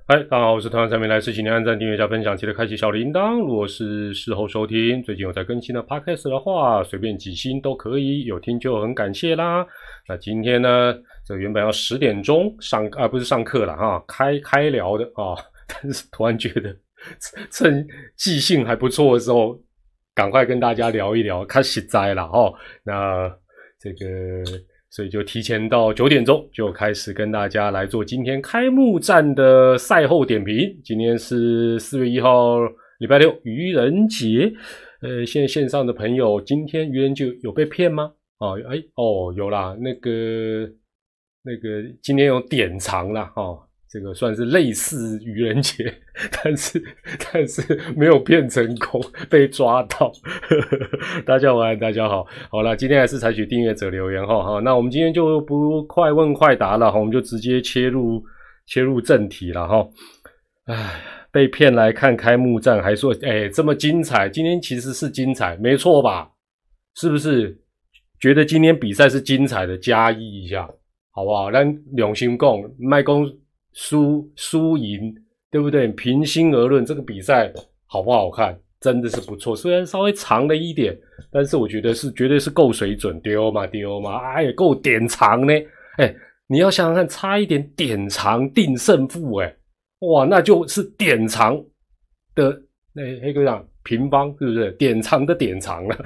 嗨，大家好，我是团长陈明来，请您按赞、订阅加分享，记得开启小铃铛。如果是事后收听，最近有在更新的 podcast 的话，随便几星都可以，有听就很感谢啦。那今天呢，这原本要10点钟不是上课了哈，开聊的啊，但是突然觉得趁记性还不错的时候，赶快跟大家聊一聊，看实在啦哈。那这个。所以就提前到9点钟就开始跟大家来做今天开幕战的赛后点评。今天是4月1号礼拜六愚人节。现在线上的朋友，今天愚人节有被骗吗？有啦，那个今天有典藏啦这个算是类似愚人节，但是没有骗成功，被抓到。大家晚安，大家好。好啦，今天还是采取订阅者留言哈。那我们今天就不快问快答了哈，我们就直接切入正题了哈。被骗来看开幕战，还说这么精彩，今天其实是精彩，没错吧？是不是？觉得今天比赛是精彩的，加1一下，好不好？咱良心讲，卖讲输赢，对不对？平心而论，这个比赛好不好看，真的是不错。虽然稍微长了一点，但是我觉得是绝对是够水准，丢嘛，也够典藏呢。你要想想看，差一点典藏定胜负，哇，那就是典藏的那个讲平方，是不是？典藏的典藏了。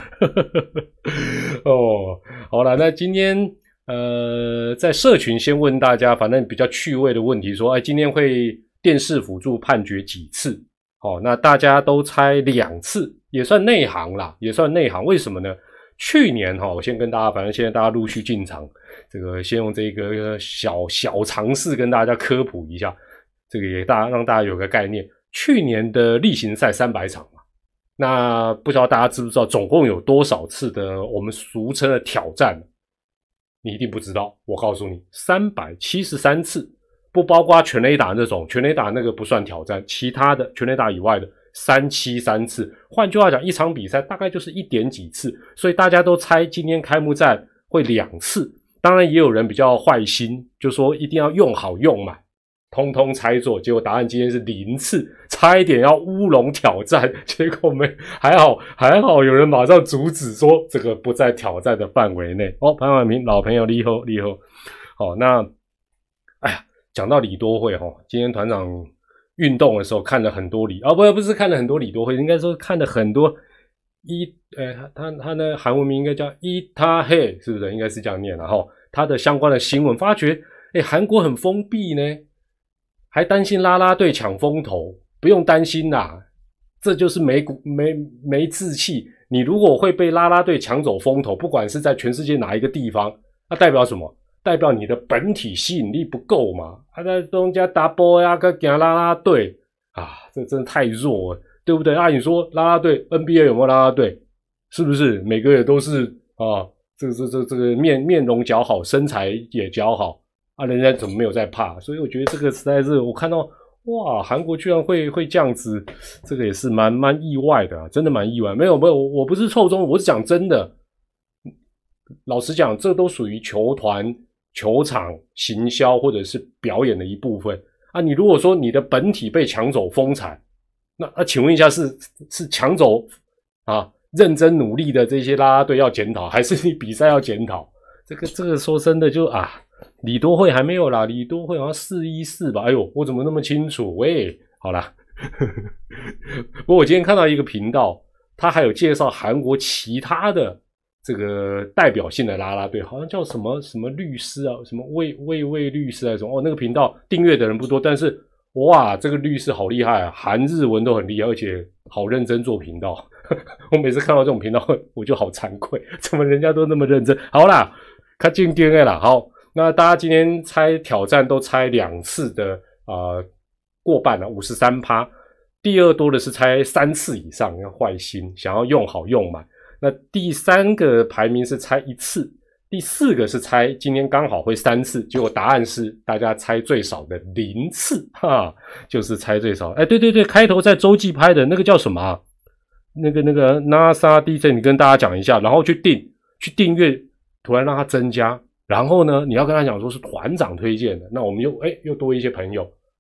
好了，那今天。在社群先问大家，反正比较趣味的问题说，今天会电视辅助判决几次？那大家都猜2次，也算内行啦，也算内行。为什么呢？去年我先跟大家，反正现在大家陆续进场，这个先用这个小尝试跟大家科普一下，这个也让大家有个概念。去年的例行赛300场嘛，那不知道大家知不知道总共有多少次的我们俗称的挑战？你一定不知道，我告诉你，373次，不包括全垒打那种，全垒打那个不算挑战，其他的全垒打以外的373次。换句话讲，一场比赛大概就是1点几次，所以大家都猜今天开幕战会2次。当然也有人比较坏心，就说一定要用好用满，通通猜错，结果答案今天是0次，差一点要乌龙挑战，结果还好有人马上阻止说这个不在挑战的范围内。潘婉明老朋友厉害。那讲到李多慧今天团长运动的时候看了很多不是看了很多李多慧，应该说看了很多他的韩文名应该叫伊他嘿，是不是？应该是这样念啦他的相关的新闻发觉韩国很封闭呢，还担心啦啦队抢风头，不用担心啦，这就是没志气。你如果会被啦啦队抢走风头，不管是在全世界哪一个地方，那代表什么？代表你的本体吸引力不够嘛。在东家打波呀，跟啦啦队这真的太弱了，对不对？你说啦啦队 NBA 有没有啦啦队？是不是每个也都是这个面容姣好，身材也姣好？人家怎么没有在怕？所以我觉得这个实在是我看到哇，韩国居然会这样子，这个也是蛮意外的真的蛮意外。没有，我不是臭中，我是讲真的。老实讲，这都属于球团、球场行销或者是表演的一部分你如果说你的本体被抢走风采，那请问一下是抢走认真努力的这些啦啦队要检讨，还是你比赛要检讨？这个说真的就李多慧还没有啦，李多慧好像414吧。我怎么那么清楚？好啦。不过我今天看到一个频道，他还有介绍韩国其他的这个代表性的啦啦队，好像叫什么律师什么魏律师什么那个频道订阅的人不多，但是哇，这个律师好厉害韩日文都很厉害，而且好认真做频道。我每次看到这种频道，我就好惭愧，怎么人家都那么认真？好啦，看进电啦，好。那大家今天猜挑战都猜2次的过半了53%，第二多的是猜3次以上，要坏心，想要用好用满。那第3个排名是猜1次，第4个是猜今天刚好会3次，结果答案是大家猜最少的0次就是猜最少。对，开头在洲际拍的那个叫什么那个 NASA DJ 你跟大家讲一下，然后去订阅，突然让它增加。然后呢，你要跟他讲说是团长推荐的，那我们又多一些朋友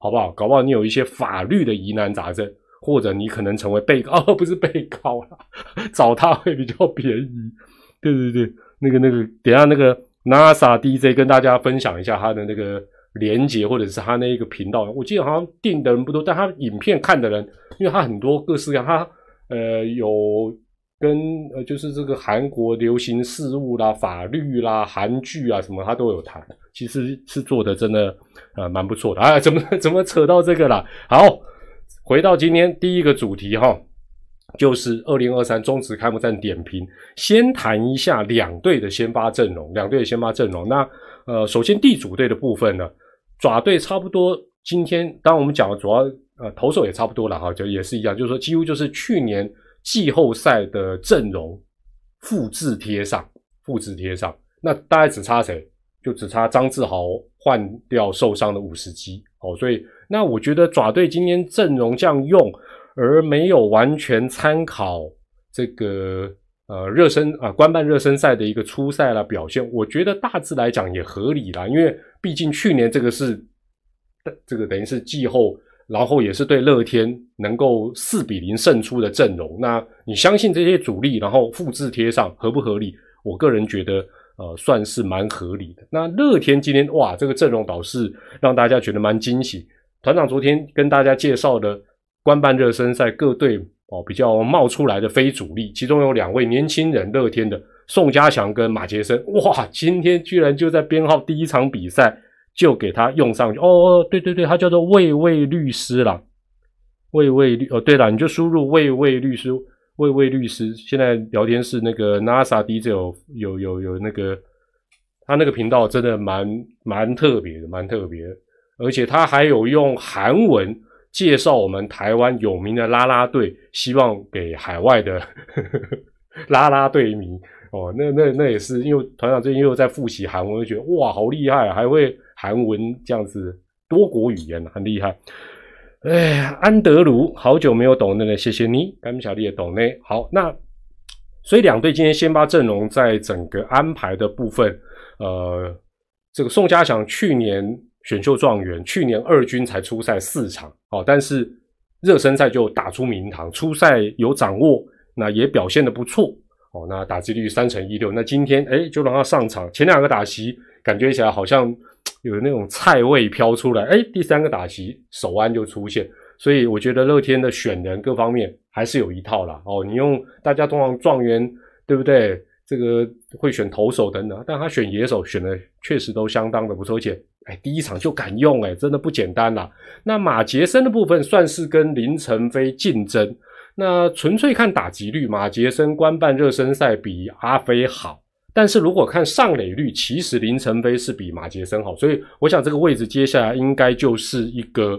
好不好？搞不好你有一些法律的疑难杂症，或者你可能成为被告，不是被告啦，找他会比较便宜。对对对，那个，等一下那个 NASA DJ 跟大家分享一下他的那个连结，或者是他那一个频道。我记得好像订的人不多，但他影片看的人，因为他很多各式各样，他有跟就是这个韩国流行事务啦、法律啦、韩剧啊什么，他都有谈。其实是做的真的蛮不错的啊！怎么扯到这个啦？好，回到今天第一个主题哈，就是2023中职开幕战点评。先谈一下两队的先发阵容，那首先地主队的部分呢，爪队差不多今天，当然我们讲的主要投手也差不多了哈，就也是一样，就是说几乎就是去年季后赛的阵容复制贴上。那大概只差谁？就只差张志豪换掉受伤的50基所以那我觉得爪队今天阵容这样用，而没有完全参考这个官办热身赛的一个初赛啦表现，我觉得大致来讲也合理啦，因为毕竟去年这个等于是季后，然后也是对乐天能够4-0胜出的阵容，那你相信这些主力然后复制贴上合不合理？我个人觉得算是蛮合理的。那乐天今天哇，这个阵容倒是让大家觉得蛮惊喜。团长昨天跟大家介绍的官办热身赛各队比较冒出来的非主力，其中有2位年轻人，乐天的宋家祥跟马杰森，哇，今天居然就在编号第一场比赛就给他用上去。对，他叫做魏魏律师啦，对啦，你就输入魏魏律师，现在聊天室那个 NASA DJ 有那个他那个频道真的蛮特别的，而且他还有用韩文介绍我们台湾有名的啦啦队，希望给海外的啦啦队迷那也是因为团长最近又在复习韩文，就觉得哇好厉害还会韩文这样子多国语言很厉害。安德鲁好久没有抖内了，谢谢你，感谢你的抖内。好，那所以两队今天先发阵容在整个安排的部分，这个宋家祥去年选秀状元，去年二军才出赛4场，但是热身赛就打出名堂，出赛有掌握，那也表现得不错那打击率3成16，那今天就让他上场，前2个打席感觉起来好像有那种菜味飘出来，第3个打席手安就出现，所以我觉得乐天的选人各方面还是有一套啦你用大家通常状元对不对？这个会选投手等等，但他选野手选的确实都相当的不错，而且第一场就敢用真的不简单啦。那马杰森的部分算是跟林承飞竞争，那纯粹看打击率，马杰森官办热身赛比阿飞好，但是如果看上垒率，其实林承飞是比马杰森好，所以我想这个位置接下来应该就是一个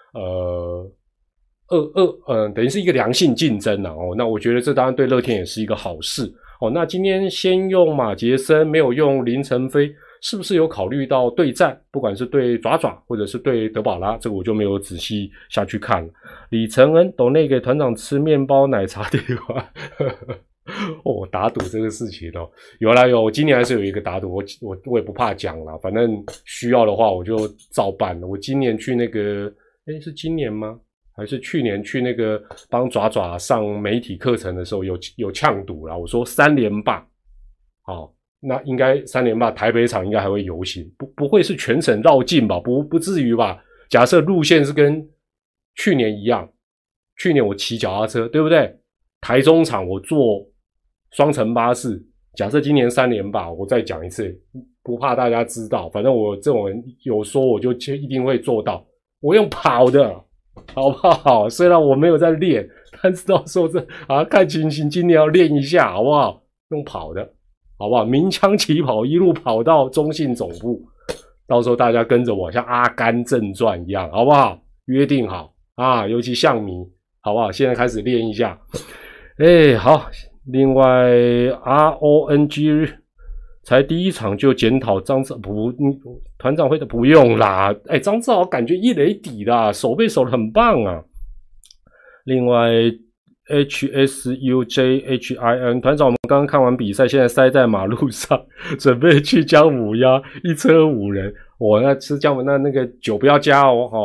等于是一个良性竞争啦那我觉得这当然对乐天也是一个好事那今天先用马杰森，没有用林承飞，是不是有考虑到对战，不管是对爪爪或者是对德保拉，这个我就没有仔细下去看了。李承恩抖内给团长吃面包奶茶的话打赌这个事情有，我今年还是有一个打赌，我也不怕讲啦，反正需要的话我就照办了。我今年去那个是今年吗？还是去年去那个帮爪爪上媒体课程的时候有呛赌啦，我说3连霸那应该3连霸台北场应该还会游行，不会是全省绕境吧？不至于吧？假设路线是跟去年一样，去年我骑脚踏车对不对？台中场我坐双层巴士，假设今年3连霸，我再讲一次，不怕大家知道，反正我这种人有说我就一定会做到，我用跑的好不好？虽然我没有在练，但是到时候看情形，今年要练一下好不好？用跑的好不好？鸣枪起跑，一路跑到中信总部，到时候大家跟着我，像《阿甘正传》一样，好不好？约定好尤其象迷，好不好？现在开始练一下。好。另外 RONG 才第一场就检讨张志豪，团长会的不用啦。张志豪感觉一垒底啦，守备守得很棒啊。另外 HSUJHIN 团长，我们刚刚看完比赛，现在塞在马路上，准备去姜母鸭，一车5人。那吃姜母那个酒不要加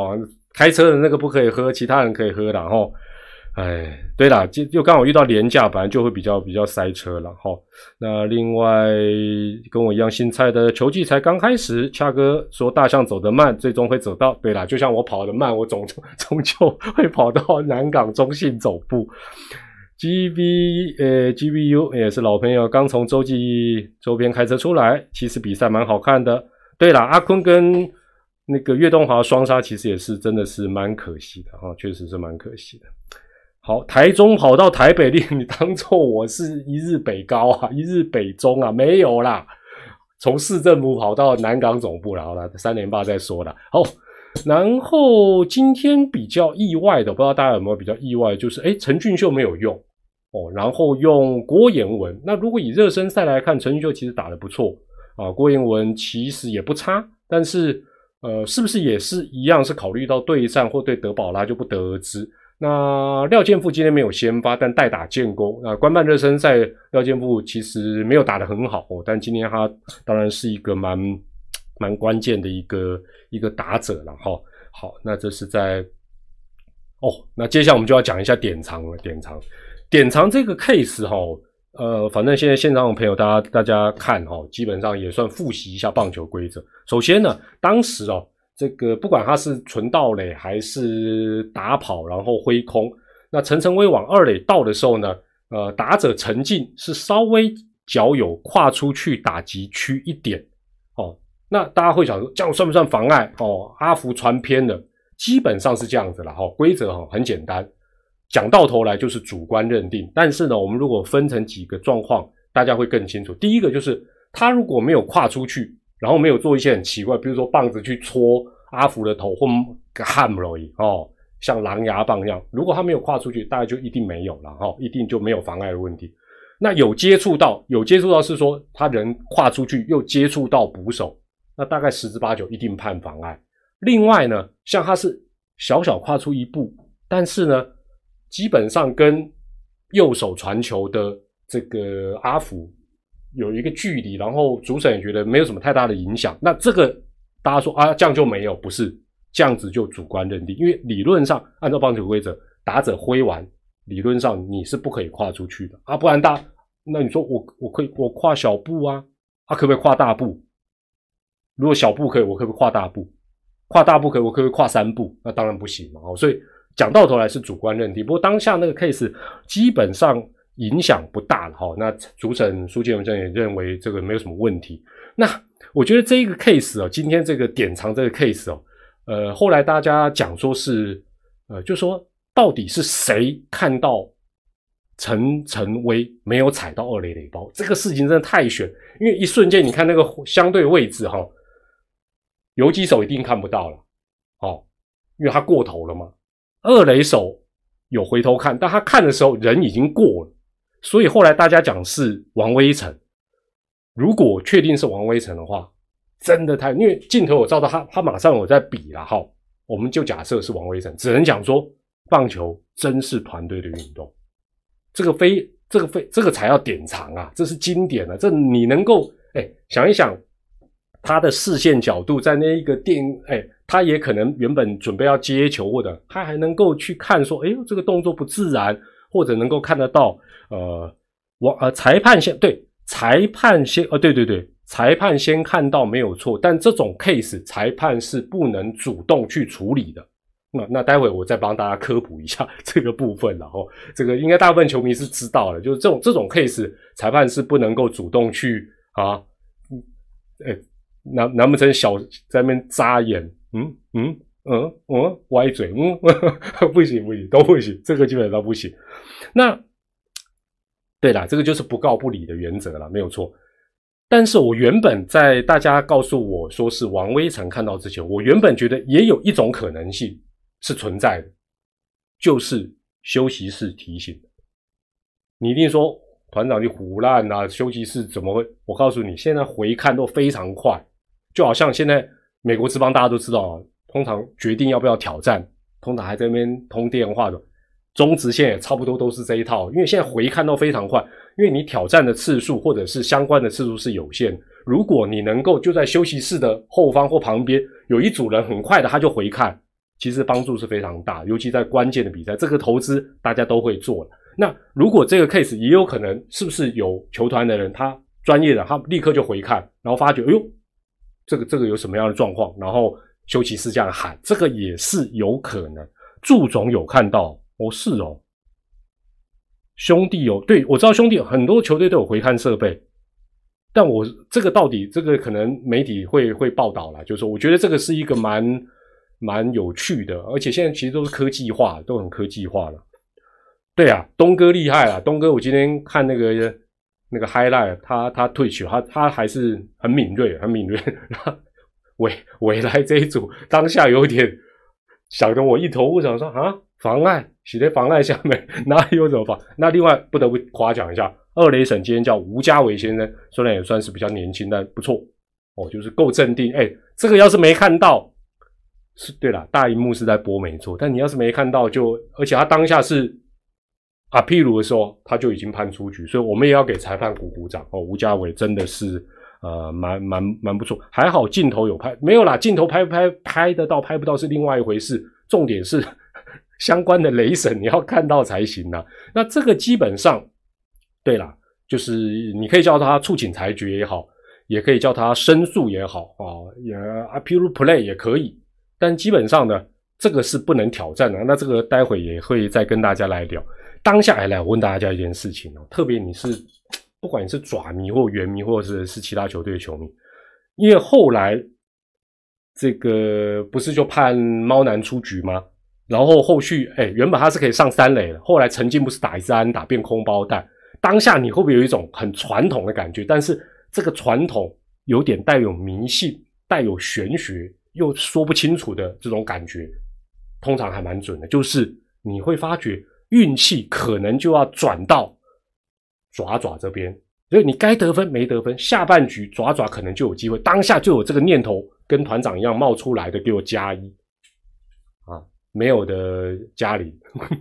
开车的那个不可以喝，其他人可以喝啦齁。哎，对啦，就刚好遇到连假，本来就会比较塞车啦齁。那另外跟我一样新菜的球季才刚开始，恰哥说大象走得慢，最终会走到。对啦，就像我跑得慢，我终究会跑到南港中信总部。GBU 也是老朋友，刚从洲际周边开车出来，其实比赛蛮好看的。对啦，阿坤跟那个岳东华双杀，其实也是真的是蛮可惜的齁，确实是蛮可惜的。好，台中跑到台北，你当作我是一日北高啊，一日北中啊，没有啦，从市政府跑到南港总部啦，好啦，3连霸再说啦。好，然后今天比较意外的，不知道大家有没有比较意外，就是陈俊秀没有用哦，然后用郭彦文。那如果以热身赛来看，陈俊秀其实打得不错啊，郭彦文其实也不差，但是是不是也是一样是考虑到对战或对德保拉就不得而知。那廖健富今天没有先发，但代打建功。那官办热身赛，廖健富其实没有打得很好哦，但今天他当然是一个蛮关键的一个打者了哈。好，那这是在那接下来我们就要讲一下典藏了。典藏这个 case 反正现在线上的朋友大家看基本上也算复习一下棒球规则。首先呢，当时这个不管他是纯盗垒还是打跑然后挥空，那陈晨威往二垒到的时候呢，打者陈进是稍微脚有跨出去打击区一点那大家会想说这样算不算妨碍阿福传偏了，基本上是这样子啦规则很简单，讲到头来就是主观认定。但是呢，我们如果分成几个状况，大家会更清楚。第一个就是他如果没有跨出去，然后没有做一些很奇怪，比如说棒子去戳阿福的头或ham而已像狼牙棒那样，如果他没有跨出去，大概就一定没有了一定就没有妨碍的问题。那有接触到是说他人跨出去又接触到捕手，那大概10之8九一定判妨碍。另外呢，像他是小跨出一步，但是呢基本上跟右手传球的这个阿福有一个距离，然后主审也觉得没有什么太大的影响，那这个大家说这样就没有，不是这样子就主观认定。因为理论上按照棒球规则，打者挥完理论上你是不可以跨出去的不然那你说我跨小步可不可以跨大步？如果小步可以，我可不可以跨大步？跨大步可以，我可不可以跨3步？那当然不行嘛所以讲到头来是主观认定。不过当下那个 case 基本上影响不大了那主审苏建文也认为这个没有什么问题。那我觉得这一个 case 今天这个典藏这个 case后来大家讲说是就说到底是谁看到陈晨威没有踩到二垒垒包，这个事情真的太悬。因为一瞬间你看那个相对位置游击手一定看不到了因为他过头了嘛。二垒手有回头看，但他看的时候人已经过了，所以后来大家讲是王威成。如果确定是王威成的话，真的因为镜头我照到他马上有在比啦我们就假设是王威成，只能讲说棒球真是团队的运动，这个才要典藏这是经典这你能够想一想他的视线角度，在那一个他也可能原本准备要接球，或者他还能够去看说这个动作不自然，或者能够看得到裁判先裁判先看到没有错，但这种 case 裁判是不能主动去处理的。那待会我再帮大家科普一下这个部分了这个应该大部分球迷是知道的，就是这种 case 裁判是不能够主动去难不成在那边眨眼歪嘴不行都不行，这个基本上不行。那对啦，这个就是不告不理的原则啦，没有错。但是我原本在大家告诉我说是王威成看到之前，我原本觉得也有一种可能性是存在的，就是休息室提醒的。你一定说团长你唬烂休息室怎么会？我告诉你，现在回看都非常快，就好像现在美国职棒大家都知道通常决定要不要挑战，通常还在那边通电话的，中职线也差不多都是这一套，因为现在回看都非常快，因为你挑战的次数或者是相关的次数是有限，如果你能够就在休息室的后方或旁边有一组人很快的他就回看， 其实帮助是非常大，尤其在关键的比赛，这个投资大家都会做了。那如果这个 case 也有可能，是不是有球团的人他专业的，他立刻就回看，然后发觉，哎呦，这个有什么样的状况，然后休息室这样喊，这个也是有可能。祝总有看到，哦，是哦，兄弟哦，对，我知道兄弟很多球队都有回看设备，但我这个到底这个可能媒体会报道啦，就是说我觉得这个是一个蛮有趣的，而且现在其实都是科技化，都很科技化了。对啊，东哥厉害啦，东哥我今天看那个 highlight， 他退球，他还是很敏锐。未来这一组当下有点想得我一头雾，想说啊，妨碍，是在妨碍下面哪里有什么妨？那另外不得不夸奖一下，二垒审今天叫吴家伟先生，虽然也算是比较年轻，但不错哦，就是够镇定。这个要是没看到，是对啦，大荧幕是在播没错，但你要是没看到而且他当下是譬如的时候他就已经判出局，所以我们也要给裁判鼓掌哦。吴家伟真的是蛮不错，还好镜头有拍，没有啦，镜头拍得到拍不到是另外一回事，重点是相关的雷审你要看到才行啦。那这个基本上对啦，就是你可以叫他促请裁决也好，也可以叫他申诉也好譬如 play 也可以，但基本上呢这个是不能挑战的。那这个待会也会再跟大家来聊。当下来我问大家一件事情特别你是不管你是爪迷或原迷或者是其他球队的球迷，因为后来这个不是就判猫男出局吗？然后后续原本他是可以上三垒的，后来陈进不是打一支安打变空包弹，当下你会不会有一种很传统的感觉？但是这个传统有点带有迷信，带有玄学，又说不清楚的这种感觉，通常还蛮准的，就是你会发觉运气可能就要转到爪这边，所以你该得分没得分，下半局爪可能就有机会，当下就有这个念头跟团长一样冒出来的，给我加一没有的家里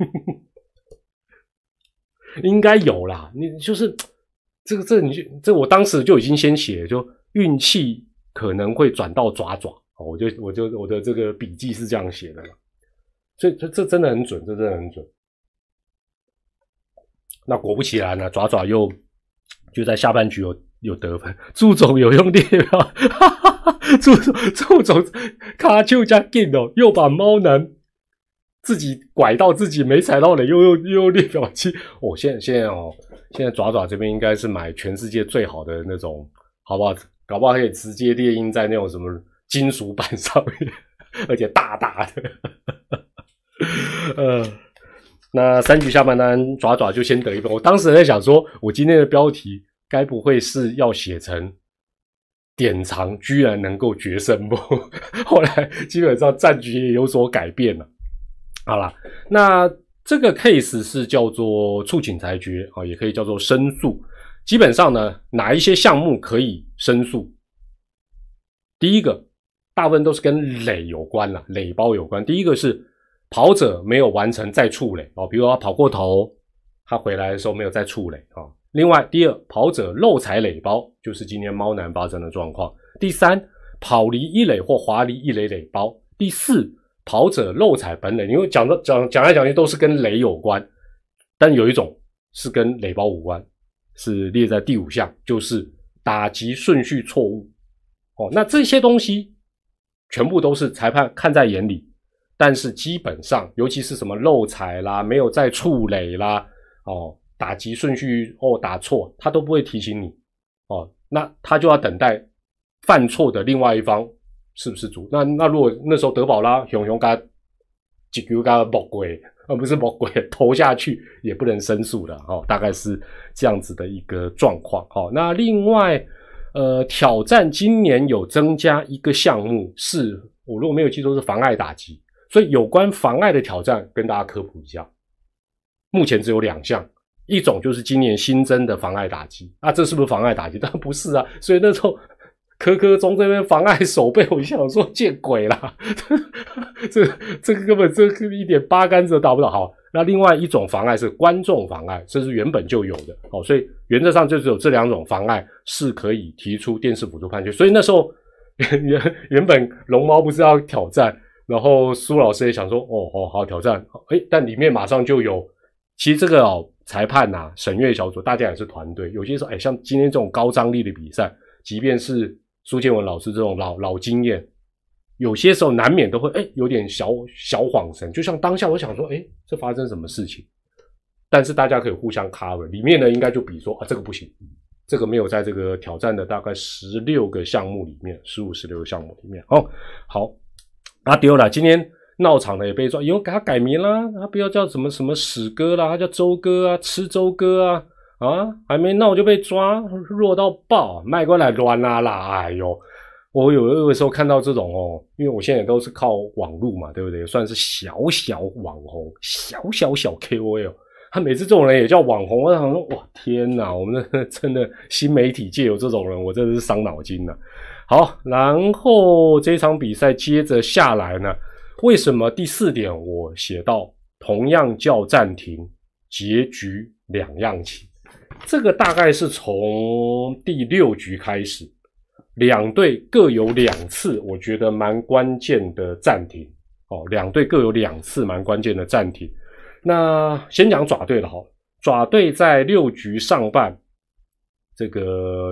应该有啦。你就是这我当时就已经先写了，就运气可能会转到爪我的这个笔记是这样写的啦。所以这真的很准，这真的很准。那果不其然呢，爪就在下半局有得分，祝总有用列表，祝总卡丘加劲又把猫男自己拐到自己没踩到垒，又列表机。现在爪这边应该是买全世界最好的那种，好不好？搞不好可以直接列印在那种什么金属板上面，而且大的。那3局下半单爪就先得一分。我当时在想说，我今天的标题该不会是要写成典藏居然能够决胜不？后来基本上战局也有所改变了。好啦，那这个 case 是叫做促请裁决也可以叫做申诉。基本上呢，哪一些项目可以申诉？第一个大部分都是跟垒有关啦，垒包有关。第一个是跑者没有完成再触垒比如说他跑过头，他回来的时候没有再触垒另外第二，跑者漏踩垒包，就是今天猫男发生的状况。第三，跑离一垒或滑离一垒垒包。第四，跑者漏踩本垒，因为讲来讲去都是跟垒有关，但有一种是跟垒包无关，是列在第5项，就是打击顺序错误那这些东西全部都是裁判看在眼里，但是基本上尤其是什么漏踩啦，没有再触垒啦打击顺序打错，他都不会提醒你那他就要等待犯错的另外一方是不是主。那如果那时候德保拉熊给他一球给他没过，不是没过，投下去也不能申诉的大概是这样子的一个状况那另外挑战今年有增加一个项目，是我如果没有记错是妨碍打击，所以有关妨碍的挑战跟大家科普一下。目前只有2项，一种就是今年新增的妨碍打击这是不是妨碍打击？当然不是所以那时候科中这边妨碍守备，我想说见鬼啦这个根本这个一点八竿子都打不到。好，那另外一种妨碍是观众妨碍，这是原本就有的所以原则上就只有这2种妨碍是可以提出电视辅助判决。所以那时候原本龙猫不是要挑战， 然后苏老师也想说，好挑战，但里面马上就有，其实这个裁判啊，审阅小组大家也是团队，有些时候像今天这种高张力的比赛，即便是苏建文老师这种老经验，有些时候难免都会有点小恍神，就像当下我想说，这发生什么事情？但是大家可以互相 cover， 里面呢应该就比说这个不行，这个没有在这个挑战的大概16个项目里面，15、16个项目里面。好，丢了，今天闹场的也被抓，以后给他改名啦，他不要叫什么什么史哥啦，他叫周哥啊，吃周哥啊，还没闹就被抓，弱到爆，卖过来乱啦，哎呦，我有的时候看到这种因为我现在都是靠网路嘛，对不对？算是小网红，小 KOL， 他每次这种人也叫网红，我想说，哇，天哪，我们真的新媒体界有这种人，我真的是伤脑筋了。好，然后这场比赛接着下来呢，为什么第4点我写到同样叫暂停，结局两样情？这个大概是从第6局开始，两队各有2次，我觉得蛮关键的暂停。两队各有2次蛮关键的暂停。那先讲爪队了好，爪队在6局上半，这个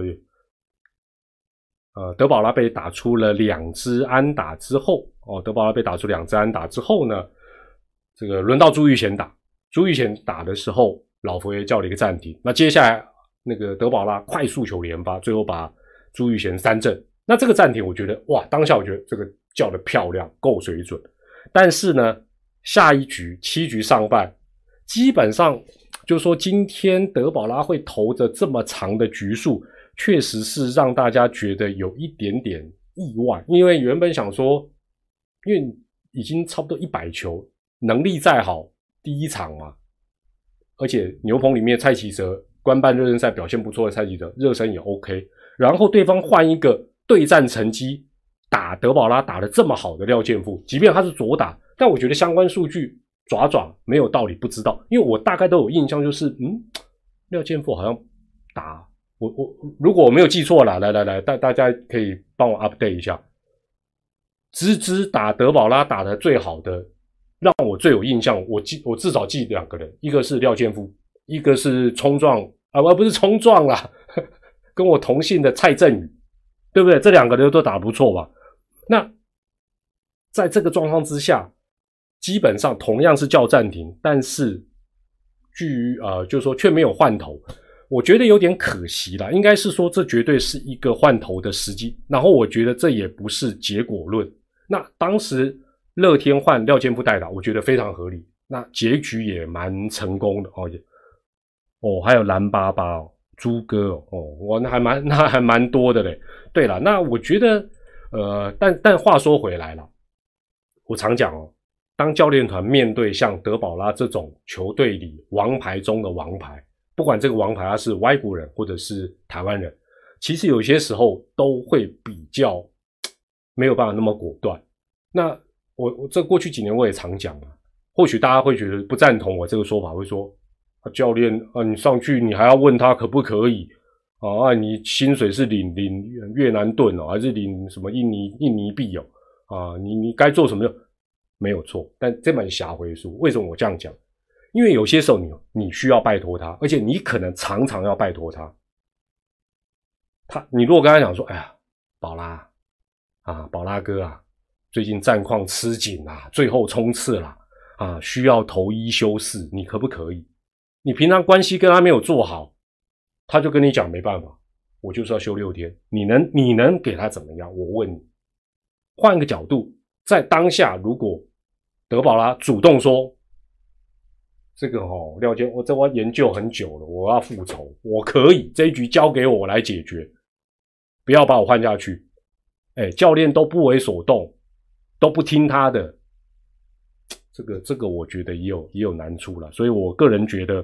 德保拉被打出了2支安打之后，德保拉被打出2支安打之后呢，这个轮到朱玉贤打，朱玉贤打的时候，老佛爷叫了一个暂停。那接下来那个德保拉快速球连发，最后把朱玉贤3振。那这个暂停我觉得哇，当下我觉得这个叫得漂亮，够水准。但是呢，下一局7局上半，基本上就说今天德保拉会投着这么长的局数，确实是让大家觉得有一点点意外，因为原本想说，因为已经差不多100球，能力再好，第一场嘛，而且牛棚里面蔡奇哲官办热身赛表现不错的蔡奇哲，热身也 OK， 然后对方换一个对战成绩打德保拉打得这么好的廖健富，即便他是左打，但我觉得相关数据爪没有道理不知道，因为我大概都有印象，就是廖健富好像打我如果我没有记错啦，来大家可以帮我 update 一下，芝打德保拉打得最好的，让我最有印象，我至少记2个人，一个是廖健富，一个是冲撞不是冲撞啦，跟我同姓的蔡振宇，对不对？这2个人都打得不错吧？那在这个状况之下，基本上同样是叫暂停，但是就是说却没有换头，我觉得有点可惜啦。应该是说这绝对是一个换头的时机，然后我觉得这也不是结果论。那当时乐天换廖健富代打，我觉得非常合理，那结局也蛮成功的还有蓝巴巴朱哥那还蛮多的嘞。对啦，那我觉得但话说回来啦，我常讲当教练团面对像德保拉这种球队里王牌中的王牌，不管这个王牌他是外国人或者是台湾人，其实有些时候都会比较没有办法那么果断。那我这过去几年我也常讲或许大家会觉得不赞同我这个说法，会说教练你上去你还要问他可不可以你薪水是领越南盾还是领什么印尼币你该做什么没有错。但这本瞎回书，为什么我这样讲？因为有些时候你需要拜托他，而且你可能常常要拜托他。你如果跟他讲说，哎呀，宝拉哥最近战况吃紧最后冲刺需要投1休4，你可不可以？你平常关系跟他没有做好，他就跟你讲没办法，我就是要休6天，你能给他怎么样？我问你，换一个角度，在当下如果德保拉主动说这个廖健，我研究很久了，我要复仇，我可以，这一局交给我来解决，不要把我换下去。教练都不为所动，都不听他的，这个我觉得也有难处了。所以我个人觉得，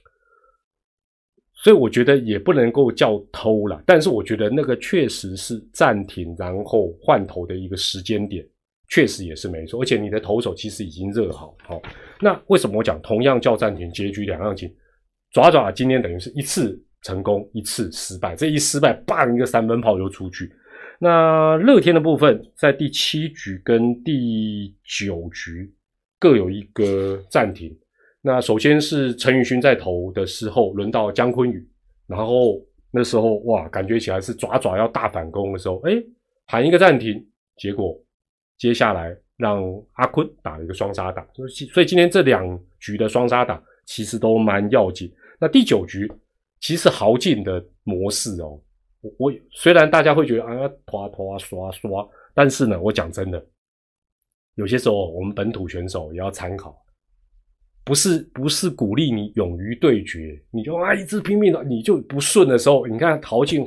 我觉得也不能够叫偷啦，但是我觉得那个确实是暂停然后换头的一个时间点，确实也是没错，而且你的投手其实已经热好。那为什么我讲同样叫暂停，结局两样情？爪今天等于是一次成功，一次失败，这一失败，一个3分炮就出去。 那乐天的部分在第7局跟第9局各有一个暂停。那首先是陈宇勋在投的时候，轮到江坤宇，然后那时候哇，感觉起来是爪爪要大反攻的时候，喊一个暂停，结果接下来让阿坤打了一个双杀打，所以今天这2局的双杀打其实都蛮要紧。那第9局其实豪进的模式哦，我虽然大家会觉得拖刷刷，但是呢，我讲真的，有些时候我们本土选手也要参考。不是鼓励你勇于对决，你就一直拼命的，你就不顺的时候，你看陶进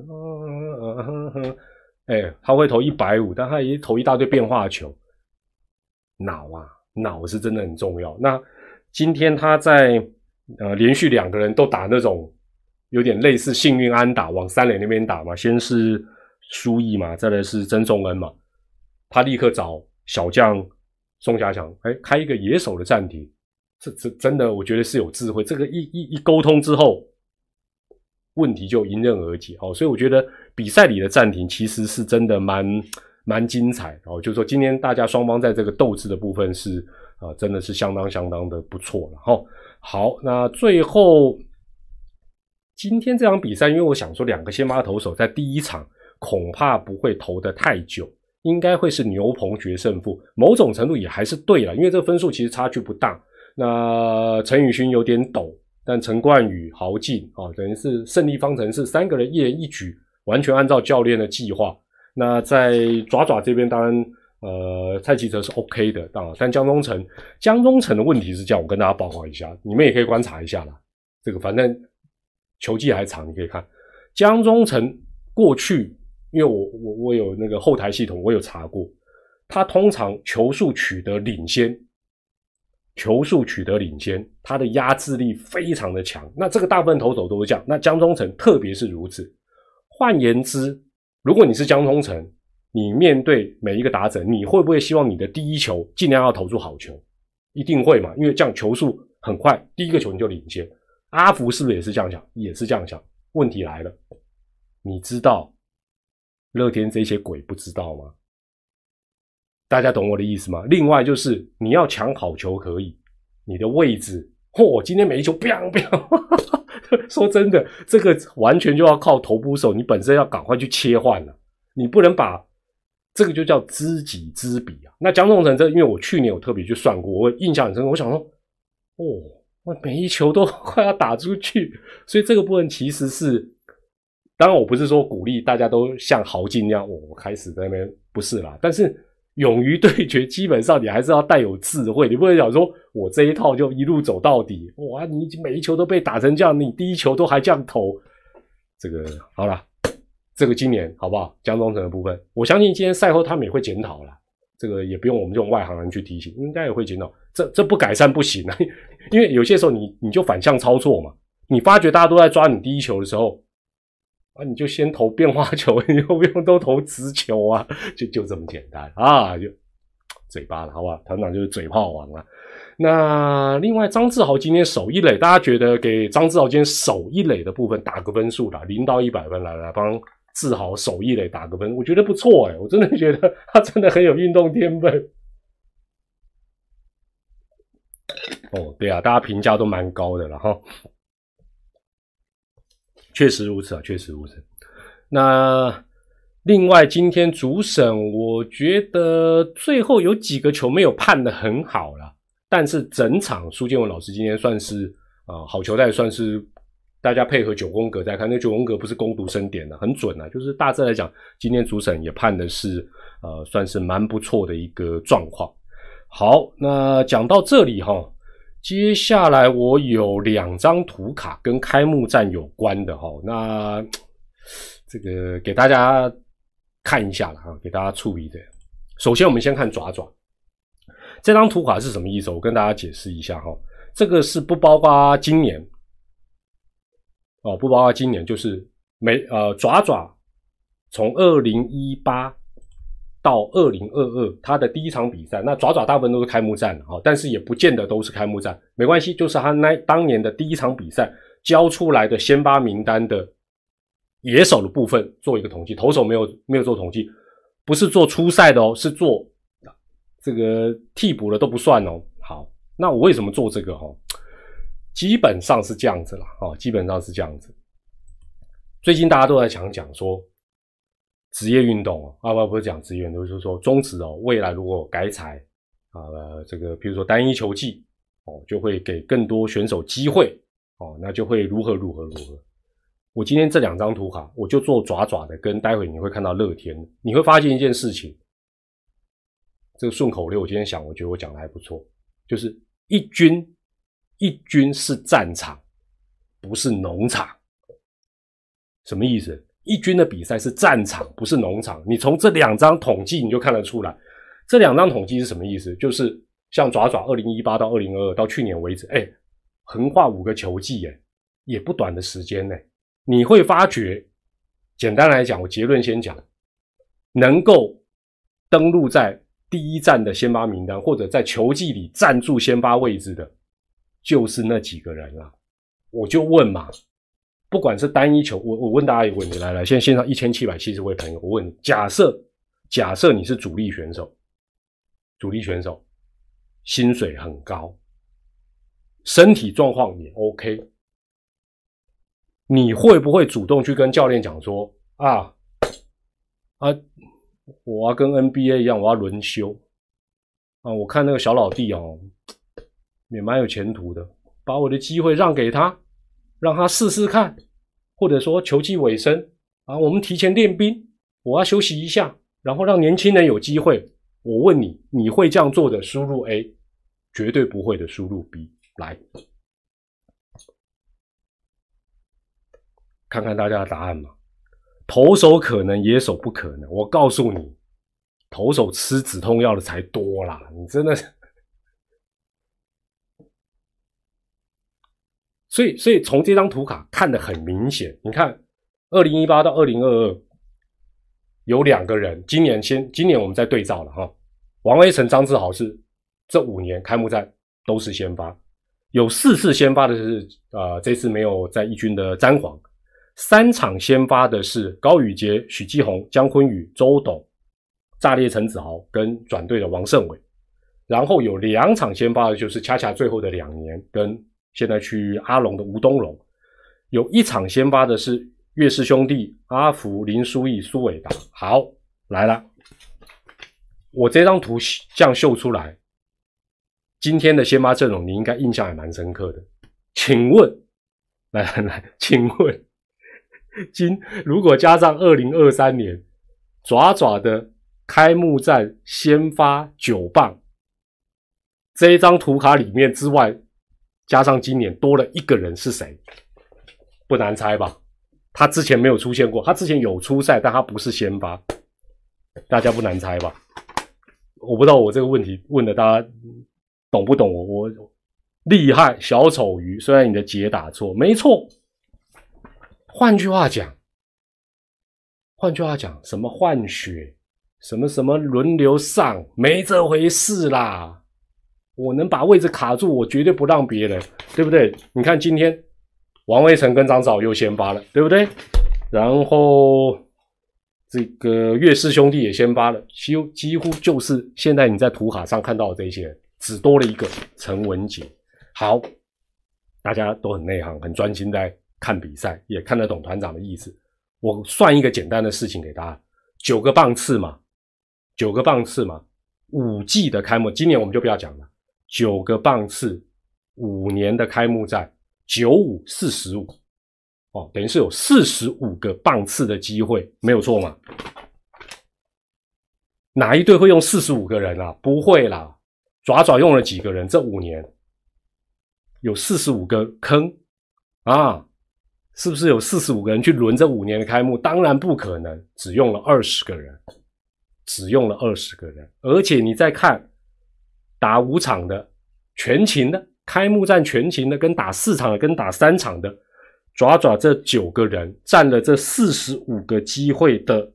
他会投150，但他也投一大堆变化球。脑是真的很重要。那今天他在连续2个人都打那种有点类似幸运安打，往3垒那边打嘛，先是苏毅嘛，再来是曾宗恩嘛，他立刻找小将宋家强，开一个野手的暂停。这真的我觉得是有智慧，这个一沟通之后，问题就迎刃而解所以我觉得比赛里的暂停其实是真的蛮精彩就是说今天大家双方在这个斗志的部分是真的是相当的不错了好，那最后今天这场比赛，因为我想说2个先发投手在第1场恐怕不会投得太久，应该会是牛棚决胜负，某种程度也还是对了，因为这个分数其实差距不大。那陈宇勋有点抖，但陈冠宇、豪进等于是胜利方程式3个人一人1局，完全按照教练的计划。那在爪爪这边，当然蔡其哲是 OK 的但江中诚的问题是这样，我跟大家报告一下，你们也可以观察一下啦。这个反正球季还长，你可以看江中诚过去，因为我有那个后台系统，我有查过，他通常球数取得领先，他的压制力非常的强。那这个大部分投手都是这样，那江中诚特别是如此。换言之，如果你是江中诚，你面对每一个打者，你会不会希望你的第1球尽量要投出好球？一定会嘛，因为这样球速很快，第1个球你就领先。阿福是不是也是这样想？也是这样想。问题来了，你知道乐天这些鬼不知道吗？大家懂我的意思吗？另外就是你要抢好球可以，你的位置今天每一球说真的，这个完全就要靠投捕手，你本身要赶快去切换了，你不能把这个就叫知己知彼那江中诚因为我去年有特别去算过，我印象很深刻，我想说我每一球都快要打出去，所以这个部分其实是，当然我不是说鼓励大家都像豪进那样我开始在那边，不是啦，但是勇于对决，基本上你还是要带有智慧，你不能想说我这一套就一路走到底，你每一球都被打成这样，你第1球都还这样投，这个好啦，这个今年好不好？江中诚的部分，我相信今天赛后他们也会检讨啦，这个也不用我们这种外行人去提醒，应该也会检讨，这不改善不行啊，因为有些时候你就反向操作嘛，你发觉大家都在抓你第1球的时候你就先投变化球，你就不用都投直球就这么简单就嘴巴了，好不好？团长就是嘴炮王了。那另外张志豪今天守一垒，大家觉得给张志豪今天守一垒的部分打个分数啦，0到100分，来帮志豪守一垒打个分，我觉得不错我真的觉得他真的很有运动天分。对啊，大家评价都蛮高的了确实如此。那另外今天主审我觉得最后有几个球没有判得很好啦，但是整场苏建文老师今天算是好球带，算是大家配合9宫格在看，那9宫格不是攻读生点很准就是大致来讲今天主审也判的是算是蛮不错的一个状况。好，那讲到这里接下来我有2张图卡跟开幕战有关的那这个给大家看一下啦给大家注意的。首先我们先看爪爪，这张图卡是什么意思？我跟大家解释一下这个是不包括今年不包括今年，就是爪爪从2018到2022他的第1场比赛，那爪爪大部分都是开幕战但是也不见得都是开幕战，没关系，就是他当年的第1场比赛交出来的先发名单的野手的部分做一个统计，投手没有做统计，不是做初赛的哦，是做这个替补的都不算哦。好，那我为什么做这个哦？基本上是这样子啦，基本上是这样子。最近大家都在讲说职业运动不是讲职业运动，就是说中职未来如果改采这个比如说单一球季就会给更多选手机会那就会如何。我今天这2张图卡，我就做爪爪的，跟待会你会看到乐天，你会发现一件事情，这个顺口溜我今天想，我觉得我讲的还不错，就是一军是战场，不是农场。什么意思？一军的比赛是战场，不是农场。你从这2张统计你就看得出来，这2张统计是什么意思？就是像爪爪2018到2022到去年为止，横跨5个球季，也不短的时间，你会发觉，简单来讲，我结论先讲，能够登录在第一站的先发名单，或者在球季里站住先发位置的，就是那几个人啦。我就问嘛，不管是单一球，我问大家一个问题，来，现在线上1770位朋友，我问你，假设你是主力选手，薪水很高，身体状况也 OK， 你会不会主动去跟教练讲说我要跟 NBA 一样，我要轮休我看那个小老弟也蛮有前途的，把我的机会让给他，让他试试看，或者说球季尾声我们提前练兵，我要休息一下，然后让年轻人有机会。我问你，你会这样做的输入 A， 绝对不会的输入 B。 来看看大家的答案嘛。投手可能，野手不可能。我告诉你，投手吃止痛药的才多啦，你真的所以从这张图卡看得很明显，你看2018到2022有2个人，今年我们在对照了王威成、张志豪是这5年开幕战都是先发，有4次先发的是这次没有在一军的詹皇，3场先发的是高宇杰、许基宏、江坤宇、周董、炸裂陈子豪跟转队的王胜伟，然后有2场先发的就是恰恰最后的2年跟现在去阿龙的吴东龙，有1场先发的是岳氏兄弟阿福、林书义、苏伟达。好，来了，我这张图这样秀出来，今天的先发阵容你应该印象还蛮深刻的。请问，请问，如果加上2023年爪爪的开幕战先发9棒，这一张图卡里面之外，加上今年多了1个人是谁？不难猜吧？他之前没有出现过，他之前有出赛，但他不是先发，大家不难猜吧？我不知道我这个问题问的大家懂不懂我厉害小丑鱼，虽然你的解打错，没错。换句话讲，什么换血，什么轮流上，没这回事啦。我能把位置卡住，我绝对不让别人，对不对？你看今天王威成跟张志豪又先发了，对不对？然后这个岳氏兄弟也先发了，几乎就是现在你在图卡上看到的这些人，只多了一个陈文杰。好，大家都很内行，很专心在看比赛，也看得懂团长的意思。我算一个简单的事情给大家，9个棒次嘛，5季的开幕，今年我们就不要讲了，9个棒次，5年的开幕战，95 45等于是有45个棒次的机会，没有错嘛？哪一队会用45个人啊？不会啦，爪用了几个人？这5年有45个坑是不是有45个人去轮这5年的开幕？当然不可能，只用了20个人，而且你再看打5场的全勤的，开幕战全勤的，跟打4场的，跟打3场的，爪这9个人占了这45个机会的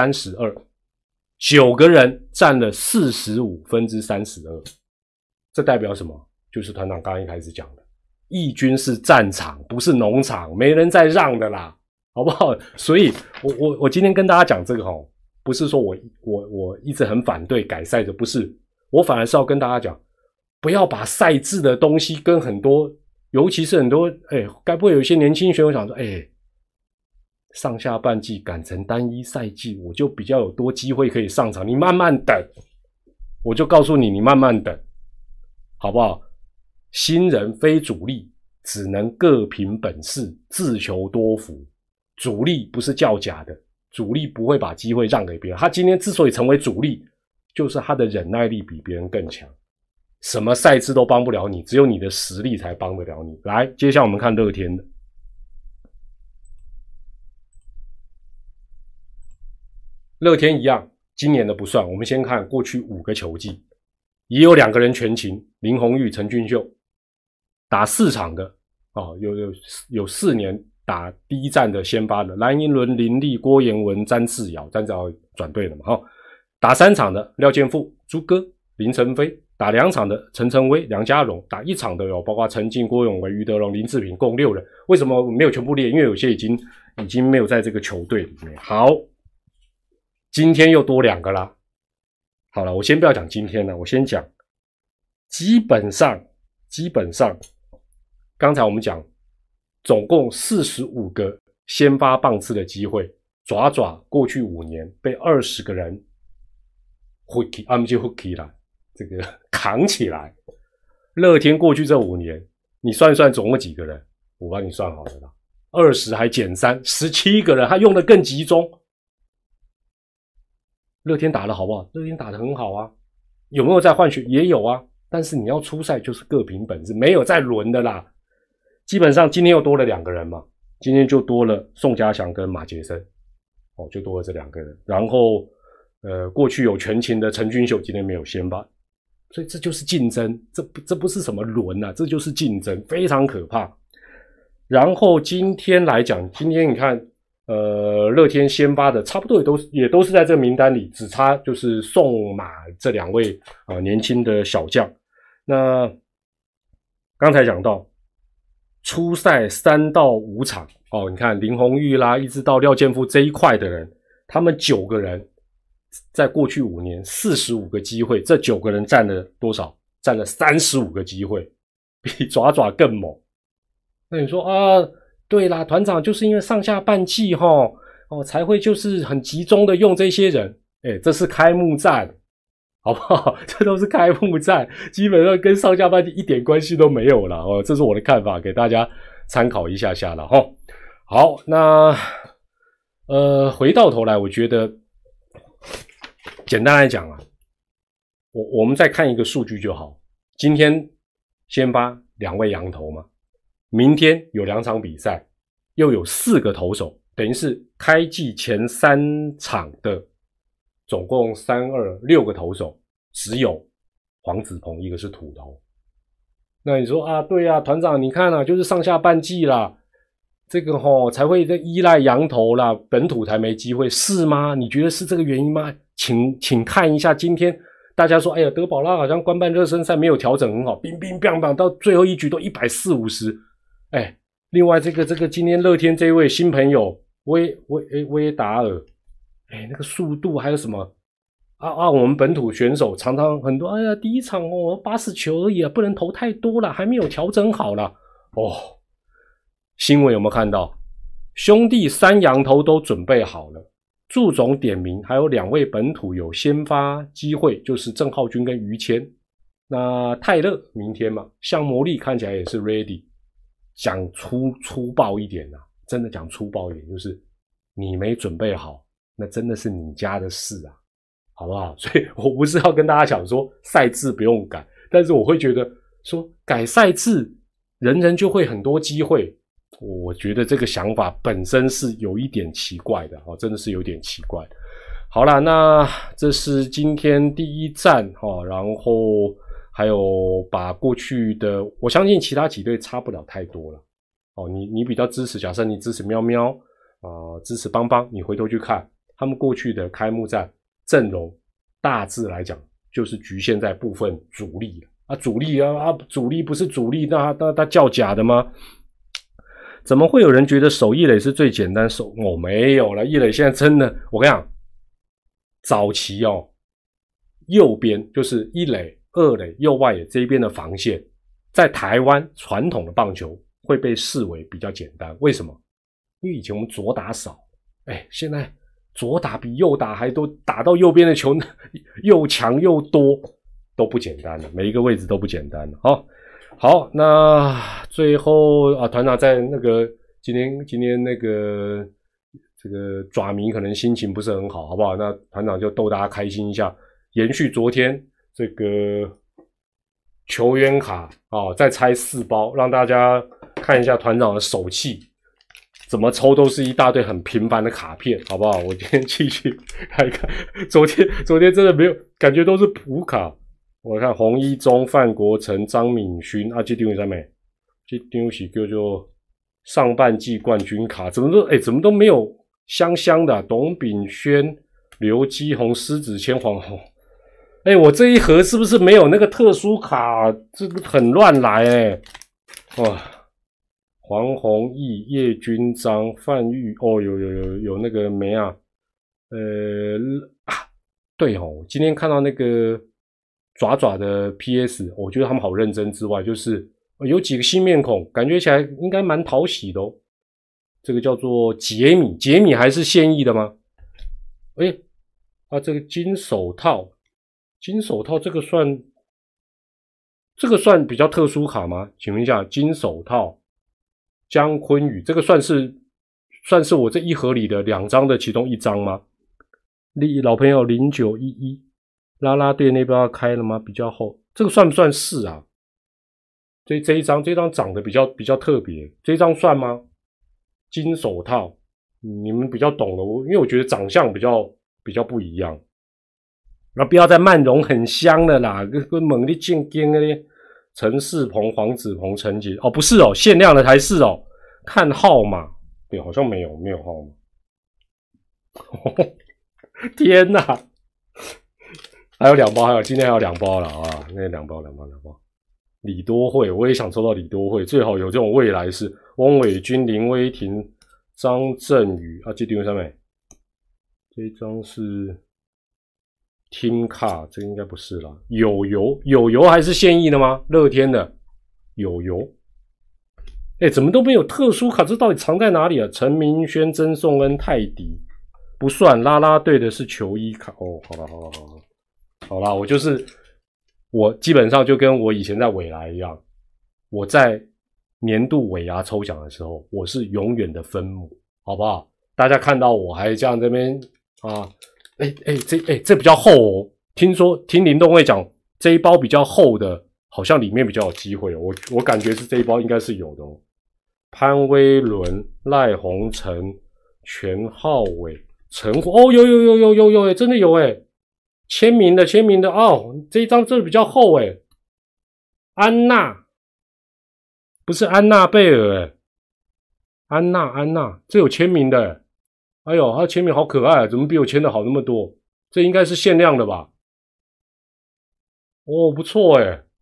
32，9个人占了45%，这代表什么？就是团长刚刚一开始讲的，一军是战场，不是农场，没人再让的啦。 好不好？所以我今天跟大家讲这个齁，不是说我一直很反对改赛的，不是，我反而是要跟大家讲，不要把赛制的东西跟很多，尤其是很多该不会有一些年轻选手想说，上下半季改成单一赛季，我就比较有多机会可以上场，你慢慢等，我就告诉你，你慢慢等，好不好？新人非主力，只能各凭本事，自求多福。主力不是叫假的，主力不会把机会让给别人。他今天之所以成为主力，就是他的忍耐力比别人更强。什么赛制都帮不了你，只有你的实力才帮得了你。来，接下来我们看乐天的。乐天一样，今年的不算，我们先看过去5个球季，也有2个人全勤，林泓育、陈俊秀，打4场的有4年打第一战的先发的，蓝寅伦、林立、郭彦文、詹志尧转队了嘛打3场的廖健富、朱哥、林承飞，打2场的陈晨威、梁家荣，打1场的有包括陈进、郭永维、于德荣、林志平，共6人。为什么没有全部列？因为有些已经没有在这个球队里面。好，今天又多2个啦。好了，我先不要讲今天了，我先讲基本上刚才我们讲总共45个先发棒次的机会，爪过去5年被20个人不是huki啦，这个扛起来。乐天过去这5年，你算算总共几个人？我帮你算好了啦，20还减3 ，17个人，他用的更集中。乐天打得好不好？乐天打得很好啊，有没有在换血？也有啊，但是你要出赛就是各凭本事，没有在轮的啦。基本上今天又多了2个人嘛，今天就多了宋家祥跟马杰森，就多了这2个人。然后过去有全勤的陈君秀今天没有先发，所以这就是竞争，这不是什么轮啊，这就是竞争，非常可怕。然后今天来讲，今天你看乐天先发的差不多也都是在这个名单里，只差就是宋马这2位年轻的小将。那刚才讲到出赛3到5场你看林泓育啦，一直到廖健富这一块的人，他们9个人在过去5年45个机会，这9个人占了多少？占了35个机会，比爪更猛。那你说对啦，团长就是因为上下半季才会就是很集中的用这些人。这是开幕战，好不好？这都是开幕战，基本上跟上下半季一点关系都没有了这是我的看法，给大家参考一下了好，那回到头来，我觉得简单来讲我们再看一个数据就好。今天先发2位洋投嘛，明天有2场比赛，又有4个投手，等于是开季前3场的总共6个投手，只有黄子鹏一个是土投。那你说对啊，团长你看就是上下半季啦，这个才会依赖洋投啦，本土才没机会，是吗？你觉得是这个原因吗？请看一下今天大家说德保拉好像官办热身赛没有调整很好，冰冰棒棒到最后一局都140-50。另外这个今天乐天这位新朋友威达尔，那个速度还有什么我们本土选手常常很多第一场80球而已不能投太多啦，还没有调整好啦。新闻有没有看到？兄弟3洋投都准备好了，祝总点名还有2位本土有先发机会，就是郑浩君跟于谦。那泰勒明天嘛，像魔力看起来也是 ready。讲粗暴一点真的讲粗暴一点，就是你没准备好，那真的是你家的事好不好？所以我不是要跟大家讲说赛制不用改，但是我会觉得说改赛制，人人就会很多机会。我觉得这个想法本身是有一点奇怪的真的是有点奇怪。好啦，那这是今天第1站然后还有把过去的，我相信其他几队差不了太多了你比较支持，假设你支持喵喵支持邦邦，你回头去看他们过去的开幕战阵容，大致来讲就是局限在部分主力了主力不是主力，那叫假的吗？ 怎么会有人觉得守一垒是最简单？没有了，一垒现在真的，我跟你讲，早期右边就是一垒、二垒、右外野这一边的防线，在台湾传统的棒球会被视为比较简单。为什么？因为以前我们左打少，现在左打比右打还多，打到右边的球又强又多，都不简单了，每一个位置都不简单了。好，那最后团长在那个今天那个这个爪迷可能心情不是很好，好不好？那团长就逗大家开心一下，延续昨天这个球员卡再拆4包，让大家看一下团长的手气，怎么抽都是一大堆很平凡的卡片，好不好？我今天继续来看，昨天真的没有，感觉都是普卡。我看洪一中、范国成、张敏勋这张是啥没？这张是叫做上半季冠军卡，怎么都没有香的董炳轩、刘基宏、施子谦、黄宏。我这一盒是不是没有那个特殊卡？这个很乱来哇！黄宏毅、叶君章、范玉有那个没啊？对今天看到那个爪的 PS， 我觉得他们好认真之外，就是有几个新面孔，感觉起来应该蛮讨喜的这个叫做杰米还是现役的吗？这个金手套这个算比较特殊卡吗？请问一下，金手套江坤宇这个算是我这一盒里的2张的其中1张吗？老朋友0911啦啦队那边要开了吗？比较厚，这个算不算是啊？这一张长得比较特别，这一张算吗？金手套，你们比较懂的，因为我觉得长相比较不一样。那不要再慢融很香了啦，跟猛力进京的陈世鹏、黄子鹏、陈杰不是限量的才是看号码，对，好像没有号码。天哪！还有2包，今天还有2包了那2包。李多慧，我也想抽到李多慧，最好有这种未来式。翁伟君、林威霆、张振宇这张上面，这一张是 Team Car， 这个应该不是啦。有油还是现役的吗？乐天的有油。怎么都没有特殊卡？这到底藏在哪里啊？陈明轩、曾颂恩、泰迪不算，啦啦队的是球衣卡。好啦，我基本上就跟我以前在尾牙一样，我在年度尾牙抽奖的时候，我是永远的分母，好不好？大家看到我还这样这边这比较厚听林东会讲这一包比较厚的，好像里面比较有机会我感觉是这一包应该是有的潘威伦、赖鸿成、全浩伟、陈虎有真的有签名的这一张真的比较厚安娜不是安娜贝尔安娜这有签名的他签名好可爱怎么比我签的好那么多？这应该是限量的吧？不错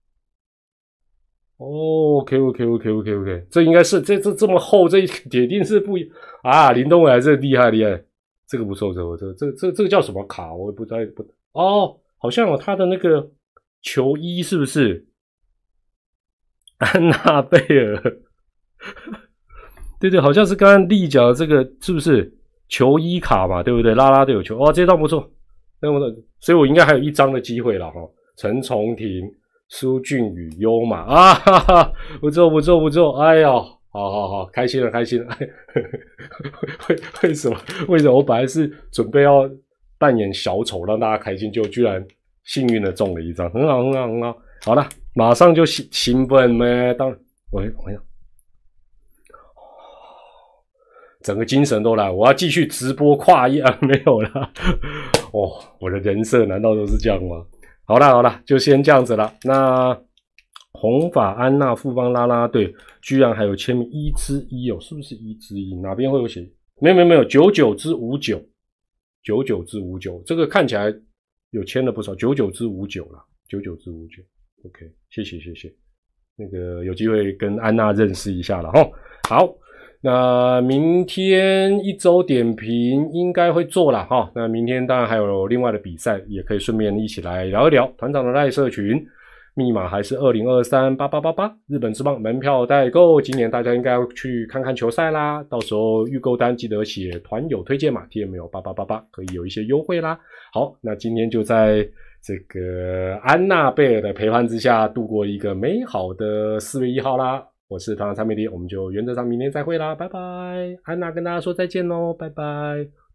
OK， 这应该是这么厚，这铁定是不林东伟还是厉害，这个不错，这个叫什么卡？我也不太好像有他的那个球衣是不是？安娜贝尔，对，好像是刚刚丽讲的这个是不是球衣卡嘛？对不对？啦啦队有球这张不错，所以我应该还有1张的机会啦陈重廷、苏俊宇、优马不错，好，开心了。为什么我本来是准备要扮演小丑让大家开心，就居然幸运的中了1张，很好。好了，马上就兴奋咩？当然，我整个精神都来，我要继续直播跨页没有啦。我的人设难道都是这样吗？好啦，就先这样子啦。那红发安娜富邦啦啦队居然还有签名1之1是不是1之1？哪边会有写？没有，99之59，99之59，这个看起来有签了不少，99之59啦，99之59。OK， 谢谢。那个有机会跟安娜认识一下了齁。好， 那明天一周点评应该会做啦齁。那明天当然还有另外的比赛，也可以顺便一起来聊一聊。团长的赖社群密码还是20238888，日本职棒门票代购，今年大家应该要去看看球赛啦。到时候预购单记得写团友推荐码 TML8888，可以有一些优惠啦。好，那今天就在这个安娜贝尔的陪伴之下，度过一个美好的4月1号啦。我是团长蔡美丽，我们就原则上明天再会啦，拜拜。安娜跟大家说再见咯，拜拜。